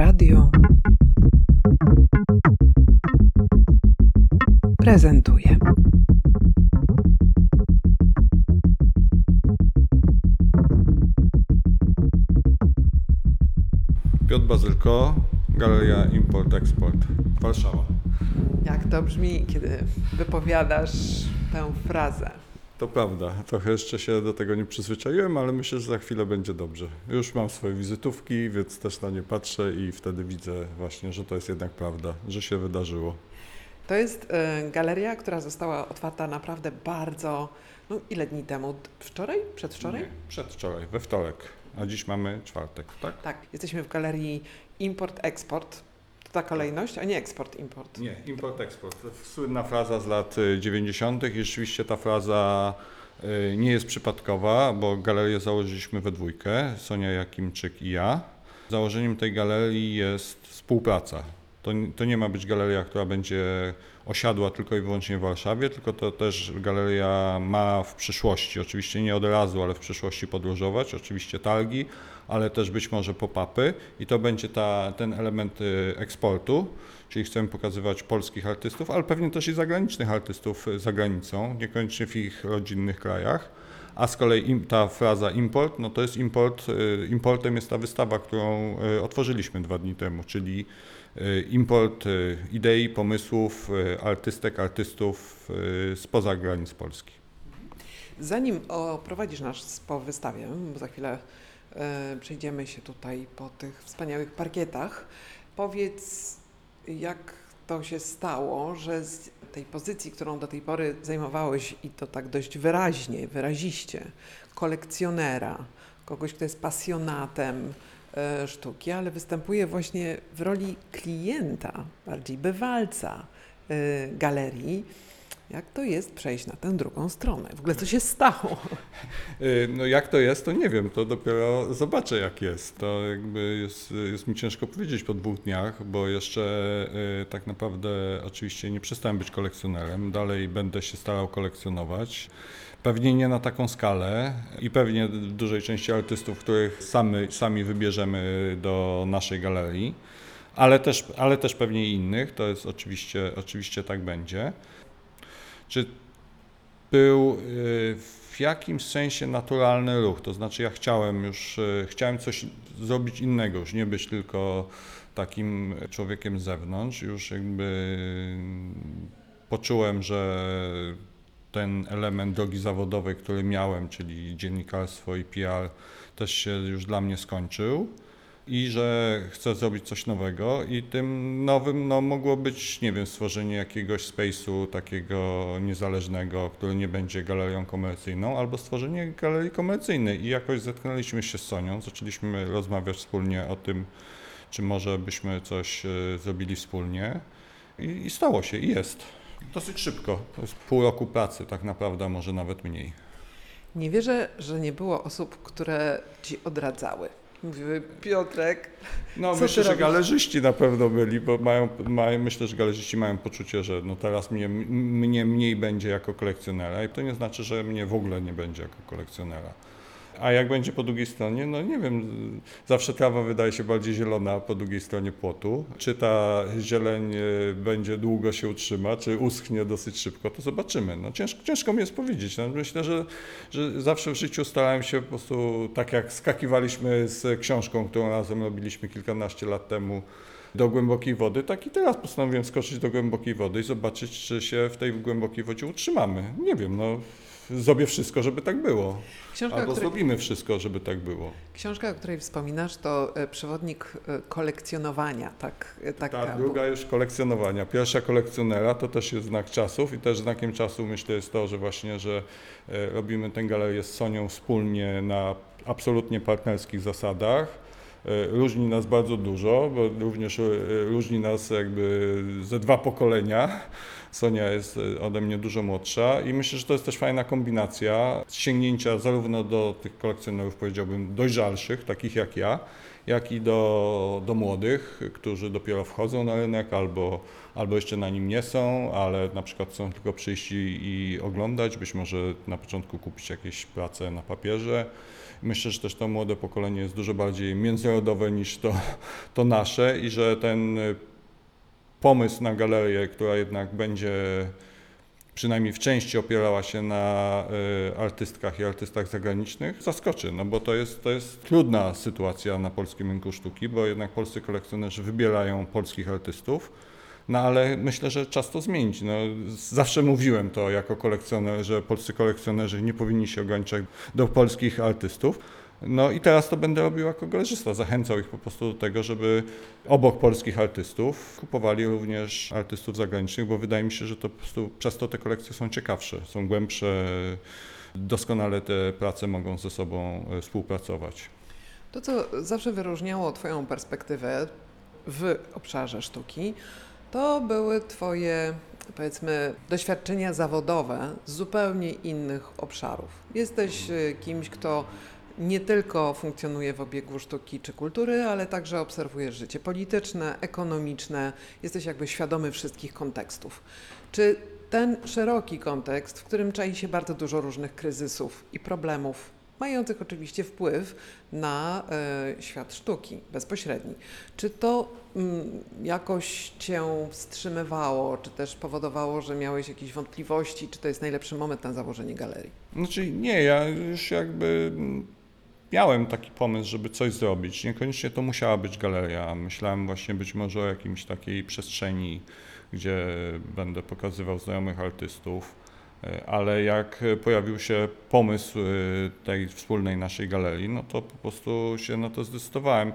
Radio prezentuje. Piotr Bazylko, Galeria Import-Export, Warszawa. Jak to brzmi, kiedy wypowiadasz tę frazę? To prawda, trochę jeszcze się do tego nie przyzwyczaiłem, ale myślę, że za chwilę będzie dobrze. Już mam swoje wizytówki, więc też na nie patrzę i wtedy widzę właśnie, że to jest jednak prawda, że się wydarzyło. To jest galeria, która została otwarta naprawdę bardzo, ile dni temu? Wczoraj? Przedwczoraj? Nie, przedwczoraj, we wtorek, a dziś mamy czwartek, tak? Tak, jesteśmy w galerii Import-Export. To ta kolejność, a nie eksport-import. Nie, import-export. Słynna fraza z lat 90. i rzeczywiście ta fraza nie jest przypadkowa, bo galerię założyliśmy we dwójkę, Sonia Jakimczyk i ja. Założeniem tej galerii jest współpraca. To nie ma być galeria, która będzie osiadła tylko i wyłącznie w Warszawie, tylko to też galeria ma w przyszłości, oczywiście nie od razu, ale w przyszłości podróżować, oczywiście targi, ale też być może pop-upy i to będzie ten element eksportu, czyli chcemy pokazywać polskich artystów, ale pewnie też i zagranicznych artystów za granicą, niekoniecznie w ich rodzinnych krajach. A z kolei ta fraza import, no to jest import, importem jest ta wystawa, którą otworzyliśmy 2 dni temu, czyli import idei, pomysłów, artystek, artystów spoza granic Polski. Zanim oprowadzisz nas po wystawie, bo za chwilę przejdziemy się tutaj po tych wspaniałych parkietach, powiedz, jak to się stało, że z tej pozycji, którą do tej pory zajmowałeś i to tak dość wyraźnie, wyraziście, kolekcjonerera, kogoś, kto jest pasjonatem sztuki, ale występuje właśnie w roli klienta, bardziej bywalca galerii. Jak to jest przejść na tę drugą stronę? W ogóle co się stało? No jak to jest, to nie wiem, to dopiero zobaczę jak jest. To jakby jest mi ciężko powiedzieć po 2 dniach, bo jeszcze tak naprawdę oczywiście nie przestałem być kolekcjonerem, dalej będę się starał kolekcjonować. Pewnie nie na taką skalę i pewnie w dużej części artystów, których sami wybierzemy do naszej galerii, ale też pewnie innych, to jest oczywiście tak będzie. Czy był w jakimś sensie naturalny ruch, to znaczy ja chciałem coś zrobić innego, już nie być tylko takim człowiekiem z zewnątrz, już jakby poczułem, że ten element drogi zawodowej, który miałem, czyli dziennikarstwo i PR, też się już dla mnie skończył i że chcę zrobić coś nowego i tym nowym mogło być, nie wiem, stworzenie jakiegoś space'u takiego niezależnego, który nie będzie galerią komercyjną, albo stworzenie galerii komercyjnej i jakoś zetknęliśmy się z Sonią, zaczęliśmy rozmawiać wspólnie o tym, czy może byśmy coś zrobili wspólnie i stało się i jest. Dosyć szybko, to jest pół roku pracy tak naprawdę, może nawet mniej. Nie wierzę, że nie było osób, które ci odradzały. Mówiły, Piotrek, No co myślę, ty że robisz? galerzyści na pewno byli, bo myślę, że galerzyści mają poczucie, że teraz mnie mniej będzie jako kolekcjonera i to nie znaczy, że mnie w ogóle nie będzie jako kolekcjonera. A jak będzie po drugiej stronie, no nie wiem, zawsze trawa wydaje się bardziej zielona po drugiej stronie płotu. Czy ta zieleń będzie długo się utrzyma, czy uschnie dosyć szybko, to zobaczymy. No ciężko mi jest powiedzieć. No, myślę, że zawsze w życiu starałem się po prostu, tak jak skakiwaliśmy z książką, którą razem robiliśmy kilkanaście lat temu, do głębokiej wody, tak i teraz postanowiłem skoczyć do głębokiej wody i zobaczyć, czy się w tej głębokiej wodzie utrzymamy. Nie wiem, zrobię wszystko, żeby tak było. Zrobimy wszystko, żeby tak było. Książka, o której wspominasz, to przewodnik kolekcjonowania, Ta druga już kolekcjonowania. Pierwsza kolekcjonera to też jest znak czasów i też znakiem czasu myślę jest to, że właśnie, że robimy tę galerię z Sonią wspólnie na absolutnie partnerskich zasadach. Różni nas bardzo dużo, bo również różni nas jakby ze 2 pokolenia. Sonia jest ode mnie dużo młodsza i myślę, że to jest też fajna kombinacja sięgnięcia zarówno do tych kolekcjonerów, powiedziałbym, dojrzalszych, takich jak ja, jak i do młodych, którzy dopiero wchodzą na rynek albo jeszcze na nim nie są, ale na przykład chcą tylko przyjść i oglądać, być może na początku kupić jakieś prace na papierze Myślę, że też to młode pokolenie jest dużo bardziej międzynarodowe niż to nasze i że ten pomysł na galerię, która jednak będzie przynajmniej w części opierała się na artystkach i artystach zagranicznych, zaskoczy, no bo to jest trudna sytuacja na polskim rynku sztuki, bo jednak polscy kolekcjonerzy wybierają polskich artystów, no ale myślę, że czas to zmienić. No, zawsze mówiłem to jako kolekcjoner, że polscy kolekcjonerzy nie powinni się ograniczać do polskich artystów. No i teraz to będę robił jako galerzysta. Zachęcał ich po prostu do tego, żeby obok polskich artystów kupowali również artystów zagranicznych, bo wydaje mi się, że to po prostu przez to te kolekcje są ciekawsze, są głębsze, doskonale te prace mogą ze sobą współpracować. To, co zawsze wyróżniało Twoją perspektywę w obszarze sztuki, to były Twoje, powiedzmy, doświadczenia zawodowe z zupełnie innych obszarów. Jesteś kimś, kto nie tylko funkcjonuje w obiegu sztuki czy kultury, ale także obserwujesz życie polityczne, ekonomiczne, jesteś jakby świadomy wszystkich kontekstów. Czy ten szeroki kontekst, w którym czai się bardzo dużo różnych kryzysów i problemów, mających oczywiście wpływ na świat sztuki bezpośredni, czy to jakoś Cię wstrzymywało, czy też powodowało, że miałeś jakieś wątpliwości, czy to jest najlepszy moment na założenie galerii? Znaczy nie, ja już jakby miałem taki pomysł, żeby coś zrobić. Niekoniecznie to musiała być galeria. Myślałem właśnie być może o jakimś takiej przestrzeni, gdzie będę pokazywał znajomych artystów, ale jak pojawił się pomysł tej wspólnej naszej galerii, no to po prostu się na to zdecydowałem.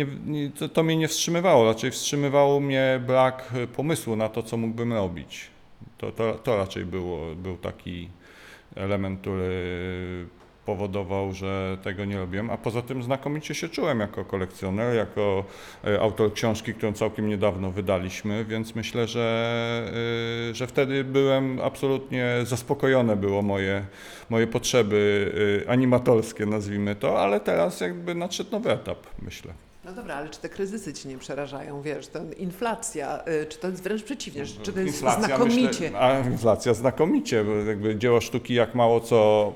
To mnie nie wstrzymywało, raczej wstrzymywało mnie brak pomysłu na to, co mógłbym robić. To raczej był taki element, który powodował, że tego nie robiłem, a poza tym znakomicie się czułem jako kolekcjoner, jako autor książki, którą całkiem niedawno wydaliśmy, więc myślę, że wtedy byłem absolutnie zaspokojone było moje potrzeby animatorskie, nazwijmy to, ale teraz jakby nadszedł nowy etap, myślę. No dobra, ale czy te kryzysy Ci nie przerażają, wiesz, ten inflacja, czy to jest wręcz przeciwnie, czy to jest Inflacja, znakomicie? Myślę, inflacja znakomicie, bo jakby dzieła sztuki jak mało co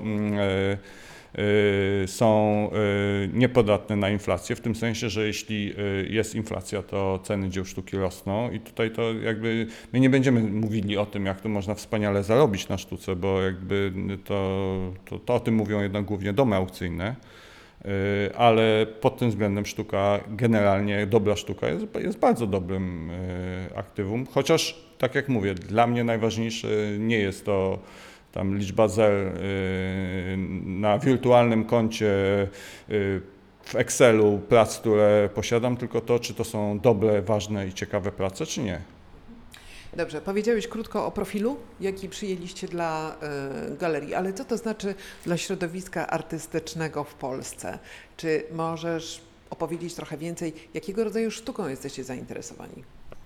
są niepodatne na inflację, w tym sensie, że jeśli jest inflacja, to ceny dzieł sztuki rosną i tutaj to jakby my nie będziemy mówili o tym, jak to można wspaniale zarobić na sztuce, bo jakby to o tym mówią jednak głównie domy aukcyjne. Ale pod tym względem sztuka, generalnie dobra sztuka jest bardzo dobrym aktywum, chociaż tak jak mówię, dla mnie najważniejsze nie jest to tam liczba zer na wirtualnym koncie w Excelu prac, które posiadam, tylko to, czy to są dobre, ważne i ciekawe prace, czy nie. Dobrze, powiedziałeś krótko o profilu, jaki przyjęliście dla galerii, ale co to znaczy dla środowiska artystycznego w Polsce? Czy możesz opowiedzieć trochę więcej, jakiego rodzaju sztuką jesteście zainteresowani?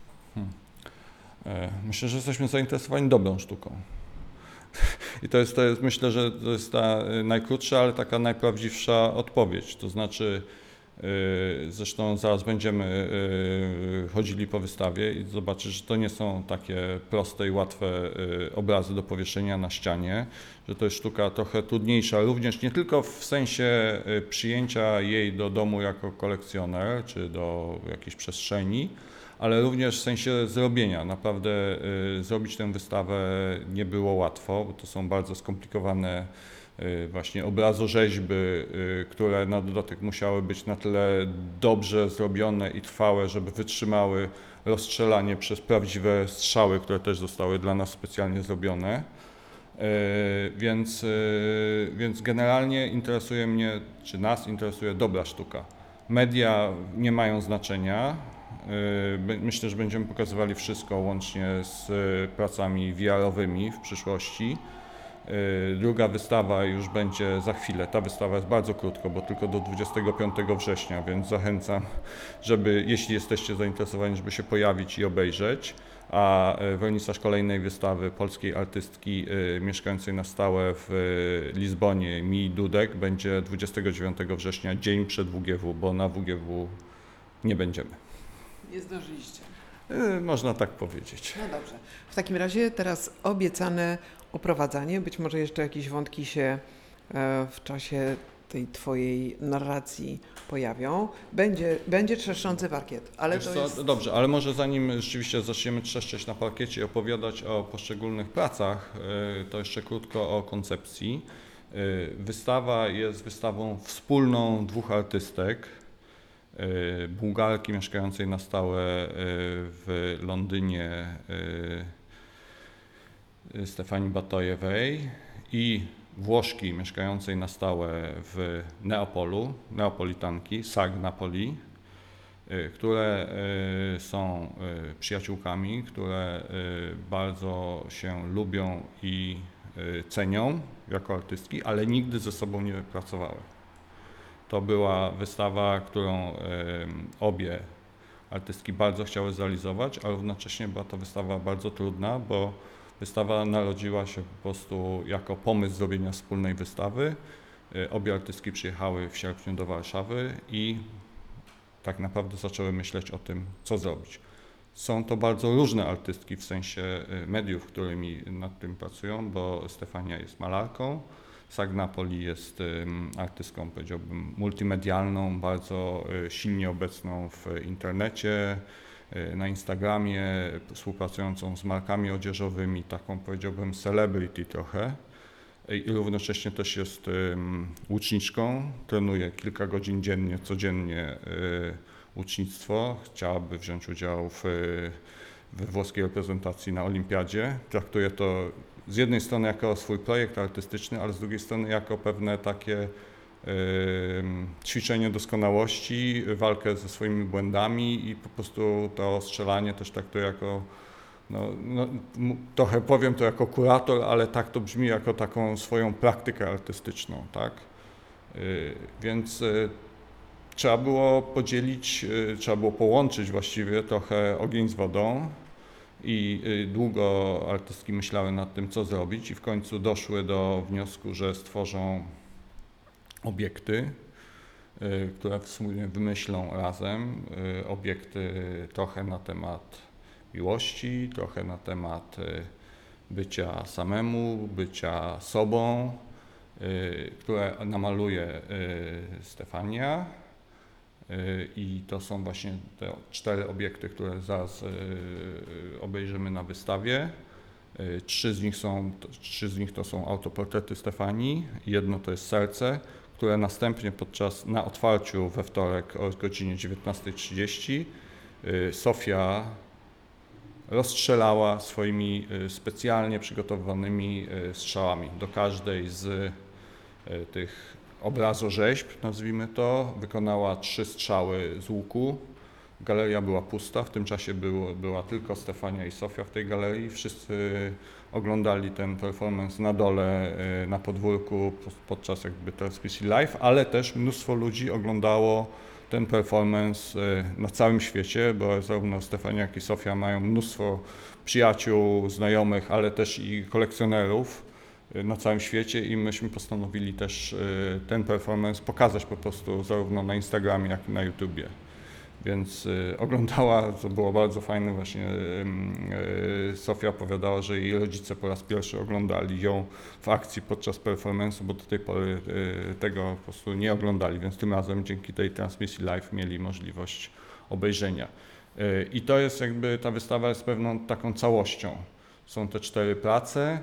Myślę, że jesteśmy zainteresowani dobrą sztuką. I to jest, myślę, że to jest ta najkrótsza, ale taka najprawdziwsza odpowiedź. To znaczy, zresztą zaraz będziemy chodzili po wystawie i zobaczysz, że to nie są takie proste i łatwe obrazy do powieszenia na ścianie, że to jest sztuka trochę trudniejsza, również nie tylko w sensie przyjęcia jej do domu jako kolekcjoner, czy do jakiejś przestrzeni, ale również w sensie zrobienia. Naprawdę zrobić tę wystawę nie było łatwo, bo to są bardzo skomplikowane właśnie obrazorzeźby, które na dodatek musiały być na tyle dobrze zrobione i trwałe, żeby wytrzymały rozstrzelanie przez prawdziwe strzały, które też zostały dla nas specjalnie zrobione. Więc generalnie interesuje mnie, czy nas interesuje dobra sztuka. Media nie mają znaczenia. Myślę, że będziemy pokazywali wszystko łącznie z pracami VR-owymi w przyszłości. Druga wystawa już będzie za chwilę. Ta wystawa jest bardzo krótko, bo tylko do 25 września, więc zachęcam, żeby, jeśli jesteście zainteresowani, żeby się pojawić i obejrzeć. A wernisaż kolejnej wystawy polskiej artystki mieszkającej na stałe w Lizbonie, Mii Dudek, będzie 29 września, dzień przed WGW, bo na WGW nie będziemy. Nie zdążyliście. Można tak powiedzieć. No dobrze. W takim razie teraz obiecane oprowadzanie, być może jeszcze jakieś wątki się w czasie tej twojej narracji pojawią. Będzie trzeszczący parkiet, ale Wiesz to co, jest... dobrze, ale może zanim rzeczywiście zaczniemy trzeszczeć na parkiecie i opowiadać o poszczególnych pracach, to jeszcze krótko o koncepcji. Wystawa jest wystawą wspólną dwóch artystek, Bułgarki mieszkającej na stałe w Londynie, Stefanii Batojewej, i Włoszki mieszkającej na stałe w Neapolu, Neapolitanki, Sag Napoli, które są przyjaciółkami, które bardzo się lubią i cenią jako artystki, ale nigdy ze sobą nie pracowały. To była wystawa, którą obie artystki bardzo chciały zrealizować, ale równocześnie była to wystawa bardzo trudna, bo wystawa narodziła się po prostu jako pomysł zrobienia wspólnej wystawy. Obie artystki przyjechały w sierpniu do Warszawy i tak naprawdę zaczęły myśleć o tym, co zrobić. Są to bardzo różne artystki w sensie mediów, którymi nad tym pracują, bo Stefania jest malarką, Sag Napoli jest artystką, powiedziałbym, multimedialną, bardzo silnie obecną w internecie, na Instagramie, współpracującą z markami odzieżowymi, taką, powiedziałbym, celebrity trochę. I równocześnie też jest łuczniczką, trenuje kilka godzin dziennie, codziennie łucznictwo. Chciałaby wziąć udział we włoskiej reprezentacji na olimpiadzie. Traktuje to z jednej strony jako swój projekt artystyczny, ale z drugiej strony jako pewne takie ćwiczenie doskonałości, walkę ze swoimi błędami i po prostu to strzelanie też traktuje jako, trochę powiem to jako kurator, ale tak to brzmi, jako taką swoją praktykę artystyczną, tak? Więc trzeba było podzielić, trzeba było połączyć właściwie trochę ogień z wodą i długo artystki myślały nad tym, co zrobić, i w końcu doszły do wniosku, że stworzą obiekty, które w sumie wymyślą razem, obiekty trochę na temat miłości, trochę na temat bycia samemu, bycia sobą, które namaluje Stefania. I to są właśnie te 4 obiekty, które zaraz obejrzymy na wystawie. 3 z nich to są autoportrety Stefanii, jedno to jest serce, które następnie na otwarciu we wtorek o godzinie 19:30 Sofia rozstrzelała swoimi specjalnie przygotowanymi strzałami. Do każdej z tych obrazorzeźb, nazwijmy to, wykonała 3 strzały z łuku. Galeria była pusta, w tym czasie była tylko Stefania i Sofia w tej galerii. Wszyscy oglądali ten performance na dole, na podwórku podczas jakby transmisji live, ale też mnóstwo ludzi oglądało ten performance na całym świecie, bo zarówno Stefania, jak i Sofia mają mnóstwo przyjaciół, znajomych, ale też i kolekcjonerów na całym świecie, i myśmy postanowili też ten performance pokazać po prostu zarówno na Instagramie, jak i na YouTubie. Więc oglądała, to było bardzo fajne, właśnie Sofia opowiadała, że jej rodzice po raz pierwszy oglądali ją w akcji podczas performance'u, bo do tej pory tego po prostu nie oglądali, więc tym razem dzięki tej transmisji live mieli możliwość obejrzenia. I to jest jakby, ta wystawa jest pewną taką całością. Są te 4 prace,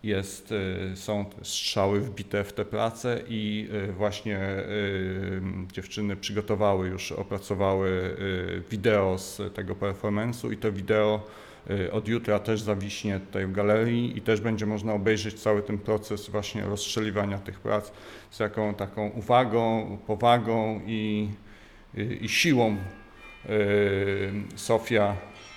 są strzały wbite w te prace i właśnie dziewczyny przygotowały już, opracowały wideo z tego performance'u, i to wideo od jutra też zawiśnie tutaj w galerii i też będzie można obejrzeć cały ten proces właśnie rozstrzeliwania tych prac z jaką taką uwagą, powagą i siłą Sofia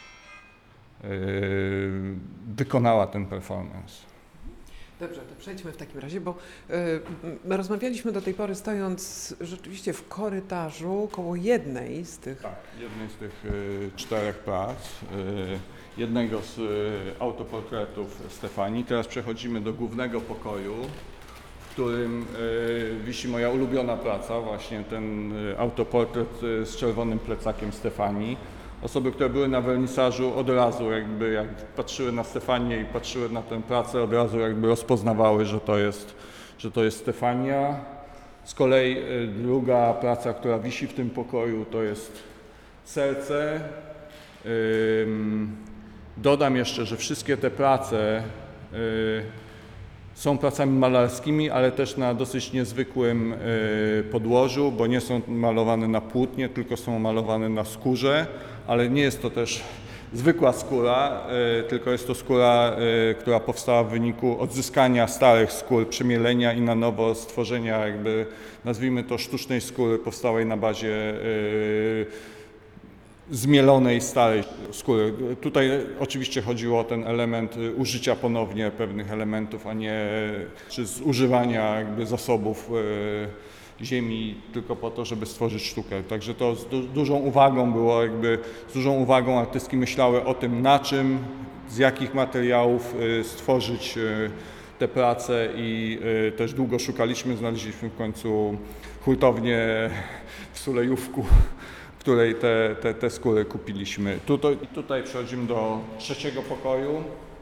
wykonała ten performance. Dobrze, to przejdźmy w takim razie, bo my rozmawialiśmy do tej pory stojąc rzeczywiście w korytarzu koło jednej z tych... Tak, jednej z tych 4 prac, jednego z autoportretów Stefanii. Teraz przechodzimy do głównego pokoju, w którym wisi moja ulubiona praca, właśnie ten autoportret z czerwonym plecakiem Stefanii. Osoby, które były na wernisażu, od razu jakby jak patrzyły na Stefanię i patrzyły na tę pracę, od razu jakby rozpoznawały, że to jest Stefania. Z kolei druga praca, która wisi w tym pokoju, to jest serce. Dodam jeszcze, że wszystkie te prace są pracami malarskimi, ale też na dosyć niezwykłym podłożu, bo nie są malowane na płótnie, tylko są malowane na skórze, ale nie jest to też zwykła skóra, tylko jest to skóra, która powstała w wyniku odzyskania starych skór, przemielenia i na nowo stworzenia, jakby nazwijmy to, sztucznej skóry powstałej na bazie zmielonej starej skóry. Tutaj oczywiście chodziło o ten element użycia ponownie pewnych elementów, a nie czy zużywania jakby zasobów ziemi tylko po to, żeby stworzyć sztukę. Także to z dużą uwagą było, jakby z dużą uwagą artystki myślały o tym, na czym, z jakich materiałów stworzyć te prace i też długo szukaliśmy, znaleźliśmy w końcu hurtownię w Sulejówku, w której te skóry kupiliśmy. Tutaj przechodzimy do trzeciego pokoju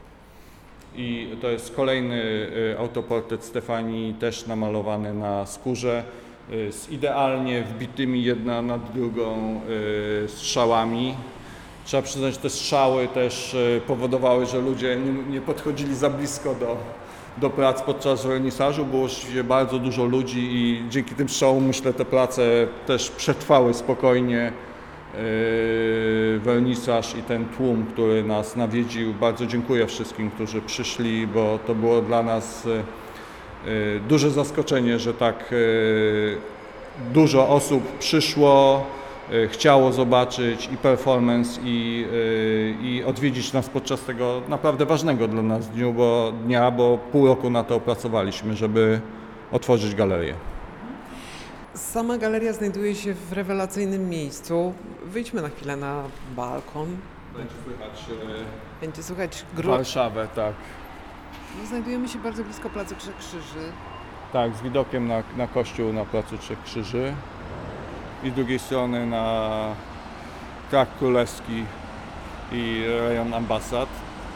i to jest kolejny autoportret Stefanii, też namalowany na skórze, z idealnie wbitymi jedna nad drugą strzałami. Trzeba przyznać, że te strzały też powodowały, że ludzie nie podchodzili za blisko do prac podczas wernisażu. Było oczywiście bardzo dużo ludzi i dzięki tym strzałom, myślę, te prace też przetrwały spokojnie wernisaż i ten tłum, który nas nawiedził. Bardzo dziękuję wszystkim, którzy przyszli, bo to było dla nas duże zaskoczenie, że tak dużo osób przyszło, chciało zobaczyć i performance, i odwiedzić nas podczas tego naprawdę ważnego dla nas dnia, bo pół roku na to pracowaliśmy, żeby otworzyć galerię. Sama galeria znajduje się w rewelacyjnym miejscu. Wyjdźmy na chwilę na balkon. Będzie słychać Warszawę, tak. No, znajdujemy się bardzo blisko Placu Trzech Krzyży. Tak, z widokiem na kościół na Placu Trzech Krzyży i z drugiej strony na Krak Królewski i rejon ambasad.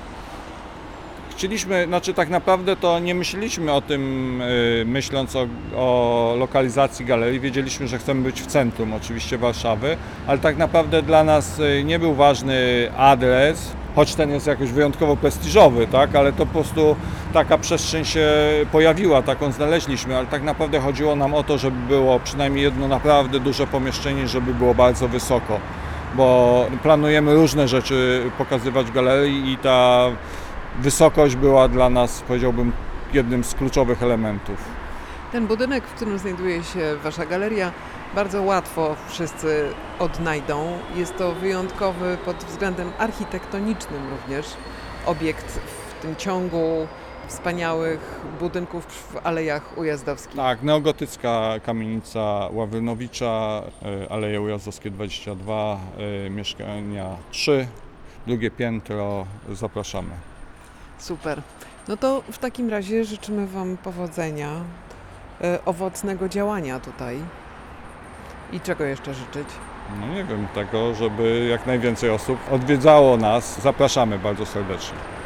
Chcieliśmy, znaczy tak naprawdę to nie myśleliśmy o tym, myśląc o lokalizacji galerii. Wiedzieliśmy, że chcemy być w centrum oczywiście Warszawy, ale tak naprawdę dla nas nie był ważny adres, choć ten jest jakoś wyjątkowo prestiżowy, tak? Ale to po prostu taka przestrzeń się pojawiła, taką znaleźliśmy, ale tak naprawdę chodziło nam o to, żeby było przynajmniej jedno naprawdę duże pomieszczenie, żeby było bardzo wysoko, bo planujemy różne rzeczy pokazywać w galerii i ta wysokość była dla nas, powiedziałbym, jednym z kluczowych elementów. Ten budynek, w którym znajduje się Wasza galeria, bardzo łatwo wszyscy odnajdą. Jest to wyjątkowy pod względem architektonicznym również obiekt w tym ciągu wspaniałych budynków w Alejach Ujazdowskich. Tak, neogotycka kamienica Ławrynowicza, Aleje Ujazdowskie 22, mieszkania 3, drugie piętro, zapraszamy. Super. No to w takim razie życzymy Wam powodzenia, owocnego działania tutaj. I czego jeszcze życzyć? No nie wiem, tego, żeby jak najwięcej osób odwiedzało nas. Zapraszamy bardzo serdecznie.